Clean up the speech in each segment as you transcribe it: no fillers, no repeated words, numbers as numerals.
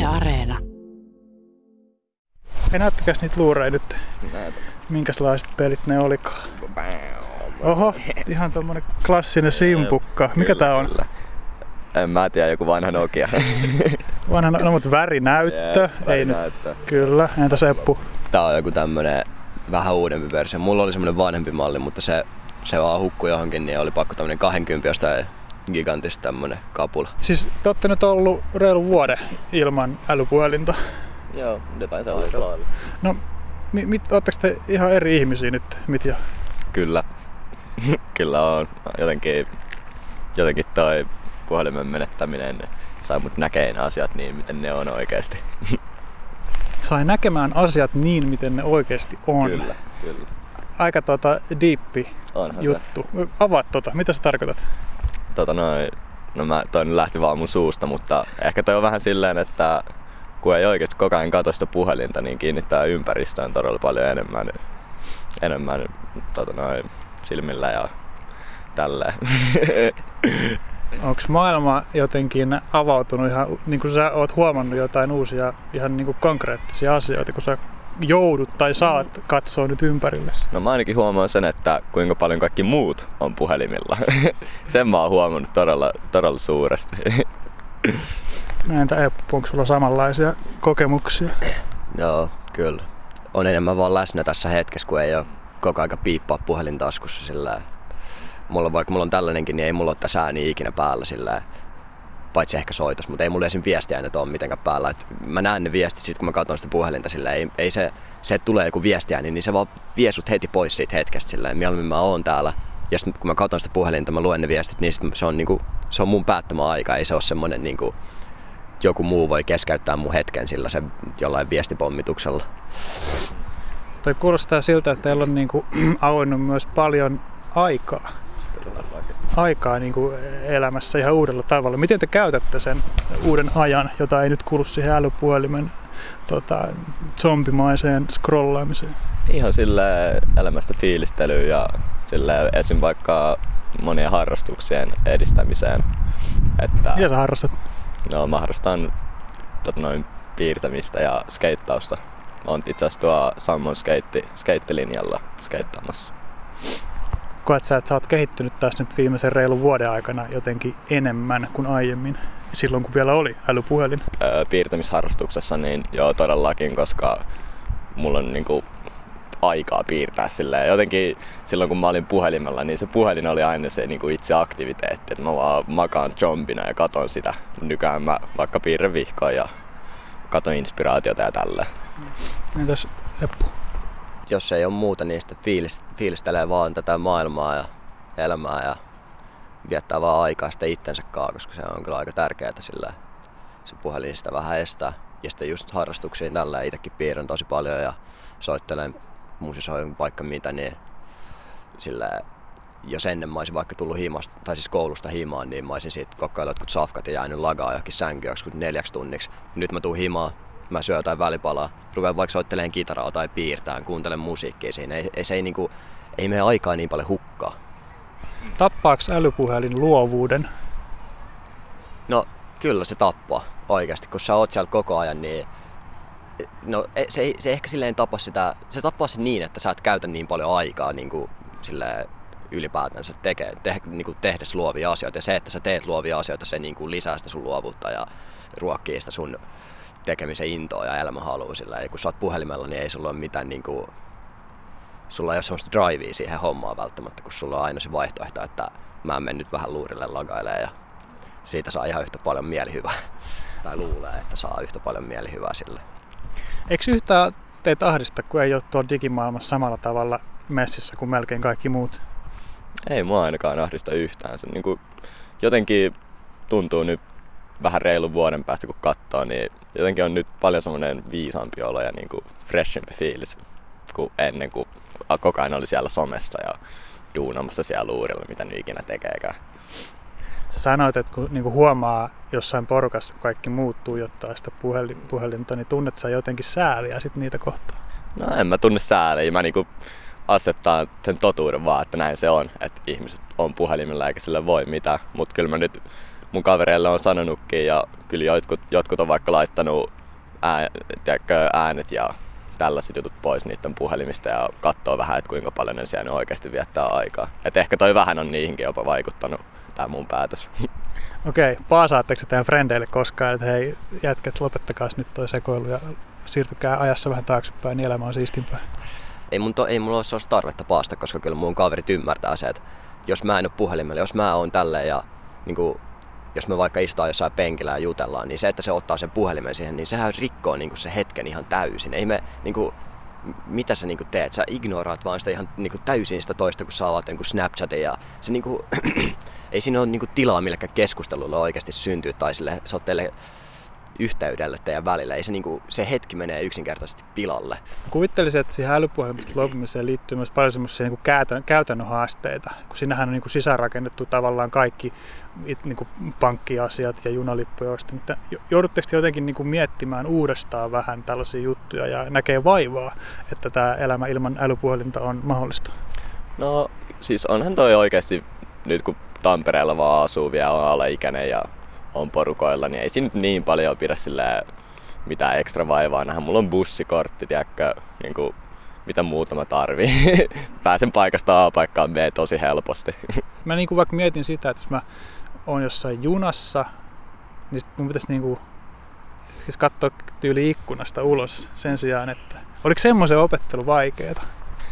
Areena. Ei näyttäkäs niitä luureja nyt. Näytä. Minkälaiset pelit ne olikaan? Oho, ihan tommonen klassinen simpukka. Mikä tää on? Kyllä. En mä tiedä, joku vanha Nokia. Vanha, no mut värinäyttö. Ei värinäyttö. Kyllä, entä Seppu? Tää on joku tämmönen vähän uudempi versio. Mulla oli semmonen vanhempi malli, mutta se vaan hukkui johonkin, niin oli pakko tämmönen 20 jostain gigantista tämmönen kapula. Siis te ootte nyt ollut reilu vuoden ilman älypuhelinta. Joo, jotain sellaista lailla. No, ootteko te ihan eri ihmisiä nyt, Mitja? Kyllä. Kyllä on. Jotenkin toi puhelimen menettäminen sai mut näkeen asiat niin, miten ne on oikeesti. Sai näkemään asiat niin, miten ne oikeesti on. Kyllä. Aika diippi juttu. Se. Avaat mitä sä tarkoitat? Toi nyt lähti vaan mun suusta, mutta ehkä toi on vähän silleen, että kun ei oikeesti koko ajan katso sitä puhelinta, niin kiinnittää ympäristöön todella paljon enemmän silmillä ja tälleen. Onko maailma jotenkin avautunut ihan, niin kuin sä oot huomannut jotain uusia ihan niin kuin konkreettisia asioita, kun sä joudut tai saat katsoa nyt ympärillesi? No mä ainakin huomaan sen, että kuinka paljon kaikki muut on puhelimilla. Sen mä oon huomannut todella suuresti. Entä Eppu, onko sulla samanlaisia kokemuksia? Joo, kyllä. On enemmän vaan läsnä tässä hetkessä, kun ei oo koko aika piippaa puhelin taskussa sillä. Vaikka mulla on tällainenkin, niin ei mulla ole tässä ääniä ikinä päällä sillä. Paitsi ehkä soitos, mutta ei mulla esim. Viestiäänet ole mitenkään päällä. Et mä näen ne viestit sit kun mä katson sitä puhelinta sillä. Ei se tulee joku viestiääni, niin se vaan vie sut heti pois siitä hetkestä sillä. Mieluummin mä oon täällä. Ja sit kun mä katson sitä puhelinta, mä luen ne viestit, niin se on mun päättämä aika. Ei se ole semmonen niinku joku muu voi keskeyttää mun hetken sillä se jollain viestipommituksella. Toi kuulostaa siltä, että teillä on niinku auennut myös paljon aikaa niin kuin elämässä ihan uudella tavalla. Miten te käytätte sen uuden ajan, jota ei nyt kulu siihen älypuhelimen zombimaiseen scrollaamiseen? Ihan silleen elämästä fiilistelyyn ja silleen esim. Vaikka monien harrastuksien edistämiseen. Mitä sä harrastat? No mä harrastan piirtämistä ja skeittausta. Olen itse asiassa tuo Sammon skeittilinjalla skeittaamassa. Koet sä, että sä oot kehittynyt tässä nyt viimeisen reilun vuoden aikana jotenkin enemmän kuin aiemmin, silloin kun vielä oli älypuhelin? Piirtämisharrastuksessa niin joo todellakin, koska mulla on niinku aikaa piirtää silleen. Jotenkin silloin kun mä olin puhelimella, niin se puhelin oli aina se niinku itse aktiviteetti. Että mä vaan makaan zombina ja katon sitä. Nykyään mä vaikka piirrän vihkoa ja katon inspiraatiota ja tälleen. Entäs Eppu? Jos ei ole muuta, niin sitten fiilistelee vaan tätä maailmaa ja elämää ja viettää vaan aikaa sitten itsensä kanssa, koska se on kyllä aika tärkeää sillä se puhelin sitä vähän estää. Ja sitten just harrastuksiin tällä itsekin piirrän tosi paljon ja soittelen, musisoin vaikka mitä, niin sillä jos ennen mä olisin vaikka tullut hiimasta, tai siis koulusta himaan, niin mä olisin siitä kokkaillut jotkut safkat ja jäänyt lagaa johonkin sänkyyn 4 tunniksi. Nyt mä tuun himaan. Mä syön jotain välipalaa, rupean vaikka soittelemaan kitaraa tai piirtämään, kuuntelen musiikkia siinä. Ei mene aikaa niin paljon hukkaa. Tappaako älypuhelin luovuuden? No kyllä se tappaa oikeasti, kun sä oot siellä koko ajan, niin no, se ehkä silleen tapa sitä, se tappaa sen niin, että sä et käytä niin paljon aikaa niin kuin silleen ylipäätänsä niin tehdessä luovia asioita. Ja se, että sä teet luovia asioita, se niin kuin lisää sitä sun luovuutta ja ruokkii sitä sun tekemisen intoa ja elämänhalua sillä. Ja kun sä oot puhelimella, niin ei sulla ole mitään niinku, sulla ei ole semmoista drivea siihen hommaan välttämättä, kun sulla on aina se vaihtoehto, että mä menen nyt vähän luurille lagailemaan ja siitä saa ihan yhtä paljon mielihyvää. Tai luulee, että saa yhtä paljon mielihyvää sille. Eikö yhtään teitä ahdista, kun ei ole tuolla digimaailmassa samalla tavalla messissä kuin melkein kaikki muut? Ei mua ainakaan ahdista yhtään. Se niinku, jotenkin tuntuu nyt vähän reilun vuoden päästä kun katsoo, niin jotenkin on nyt paljon semmoinen viisaampi olo ja niinku freshempi fiilis kuin ennen, kun koko ajan oli siellä somessa ja duunamassa siellä luurilla, mitä nyt ikinä tekeekään. Sä sanoit, että kun niinku huomaa jossain porukassa, kun kaikki muut tuijottaa sitä puhelinta, niin tunnet sä jotenkin sääliä sit niitä kohtaa? No en mä tunne sääliä. Mä niinku asettaa sen totuuden vaan, että näin se on, että ihmiset on puhelimella eikä sille voi mitään. Mut kyllä mä nyt mun kavereille on sanonutkin ja kyllä jotkut on vaikka laittanut äänet ja tällaiset jutut pois niiden puhelimista ja katsoo vähän, että kuinka paljon ne siellä oikeasti viettää aikaa. Et ehkä toi vähän on niihinkin jopa vaikuttanut, tää mun päätös. Okei, paasaatteko teidän frendeille koskaan, että hei jätkät, lopettakaa nyt toi sekoilu ja siirtykää ajassa vähän taaksepäin, niin elämä on siistimpää? Ei mulla ole sellaista tarvetta paasta, koska kyllä mun kaverit ymmärtää se, että jos mä en ole puhelimella, jos mä oon tälleen ja niin jos me vaikka istutaan jossain penkillä ja jutellaan, niin se, että se ottaa sen puhelimen siihen, niin sehän rikkoo niin se hetken ihan täysin. Ei me, niin kuin, mitä sä niin kuin teet? Sä ignoraat vaan sitä ihan niin kuin täysin sitä toista, kun sä avaat niin Snapchatin. Ja se, niin kuin, ei siinä ole niin kuin tilaa millekään keskustelulle oikeasti syntyä tai sille, sä oot teille yhteydelle teidän välillä. Ei se, niin kuin, se hetki menee yksinkertaisesti pilalle. Kuvittelisin, että siihen älypuhelimista luopumiseen liittyy myös paljon semmoisia niin käytännön haasteita, kun sinähän on niin kuin sisäänrakennettu tavallaan kaikki niin kuin pankkiasiat ja junalippuja. Mutta joudutteko te jotenkin niin kuin miettimään uudestaan vähän tällaisia juttuja ja näkee vaivaa, että tämä elämä ilman älypuhelinta on mahdollista? No siis onhan toi oikeasti, nyt kun Tampereella vaan asuu vielä, on alaikäinen ja on porukoilla, niin ei siinä nyt niin paljon pidä silleen mitään ekstra vaivaa nähdä. Mulla on bussikortti, tiedätkö, niin kuin, mitä muuta mä tarviin. Pääsen paikasta A paikkaan B tosi helposti. Mä niin kuin vaikka mietin sitä, että jos mä oon jossain junassa, niin mun pitäisi niin kuin, siis katsoa tyyli ikkunasta ulos sen sijaan, että oliko semmoisen opettelu vaikeeta?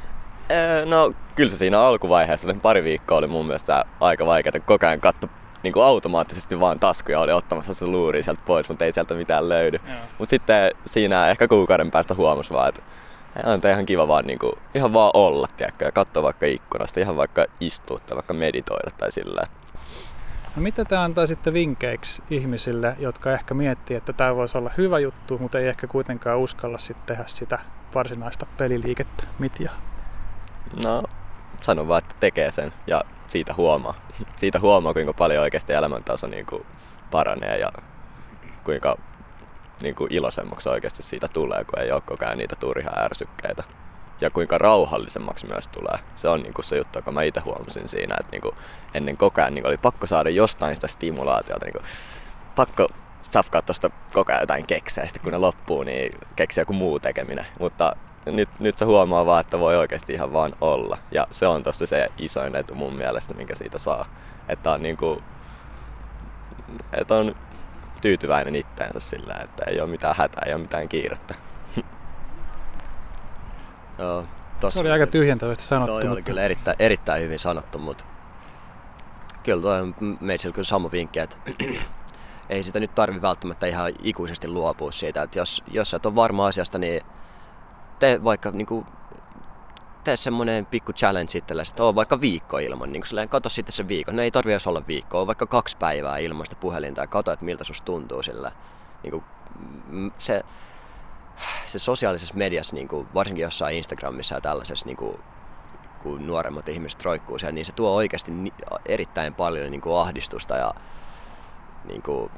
No kyllä se siinä alkuvaiheessa, pari viikkoa oli mun mielestä aika vaikeaa, koko ajan katsoa niin kuin automaattisesti vaan taskuja oli ottamassa se luuri sieltä pois, mutta ei sieltä mitään löydy. Mutta sitten siinä ehkä kuukauden päästä huomasi vaan, että on ihan kiva vaan, niin kuin, ihan vaan olla, tiedätkö, ja katsoa vaikka ikkunasta, ihan vaikka istua tai vaikka meditoida tai silleen. No mitä tämä antaa sitten vinkkeiksi ihmisille, jotka ehkä miettii, että tämä voisi olla hyvä juttu, mutta ei ehkä kuitenkaan uskalla sitten tehdä sitä varsinaista peliliikettä, mitjaa? No, sanon vaan, että tekee sen ja siitä huomaa. Siitä huomaa, kuinka paljon oikeasti elämäntaso niin kuin paranee ja kuinka niin kuin iloisemmaksi oikeasti siitä tulee, kun ei ole koko ajan niitä turhia ärsykkeitä. Ja kuinka rauhallisemmaksi myös tulee. Se on niin kuin se juttu, joka mä itse huomasin siinä, että niin kuin ennen koko ayan niin oli pakko saada jostain sitä stimulaatiota. Niin kuin pakko safkaa tuosta koko ajan jotain keksejä, sitten kun ne loppuu, niin keksiä joku muu tekeminen. Mutta nyt se huomaa vaan, että voi oikeasti ihan vaan olla. Ja se on tosta se isoin etu mun mielestä, minkä siitä saa. Että on, niinku, että on tyytyväinen itteensä sillä, että ei ole mitään hätää, ei ole mitään kiirettä. Joo, se oli aika tyhjentävästi sanottu. Toi oli kyllä erittäin hyvin sanottu, mutta kyllä toi on meitsillä kyllä sama vinkki, että ei sitä nyt tarvi välttämättä ihan ikuisesti luopua siitä, että jos sä et ole varma asiasta, niin tee vaikka niinku, tee semmonen pikku challenge itsellesi, että on vaikka viikko ilman, niin kato sitten se viikko. No ei tarvi edes olla viikko, on vaikka 2 päivää ilman sitä puhelinta ja kato, että miltä susta tuntuu sillä. Niinku, se sosiaalisessa mediassa, niinku, varsinkin jossain Instagramissa ja tällaisessa, niinku, kun nuoremmat ihmiset roikkuu siellä, niin se tuo oikeasti erittäin paljon niinku, ahdistusta ja niinku,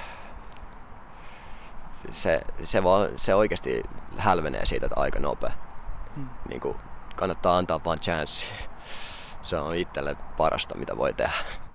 se oikeasti hälvenee siitä, että aika nopea. Niin kuin kannattaa antaa vaan chanssi. Se on itselle parasta, mitä voi tehdä.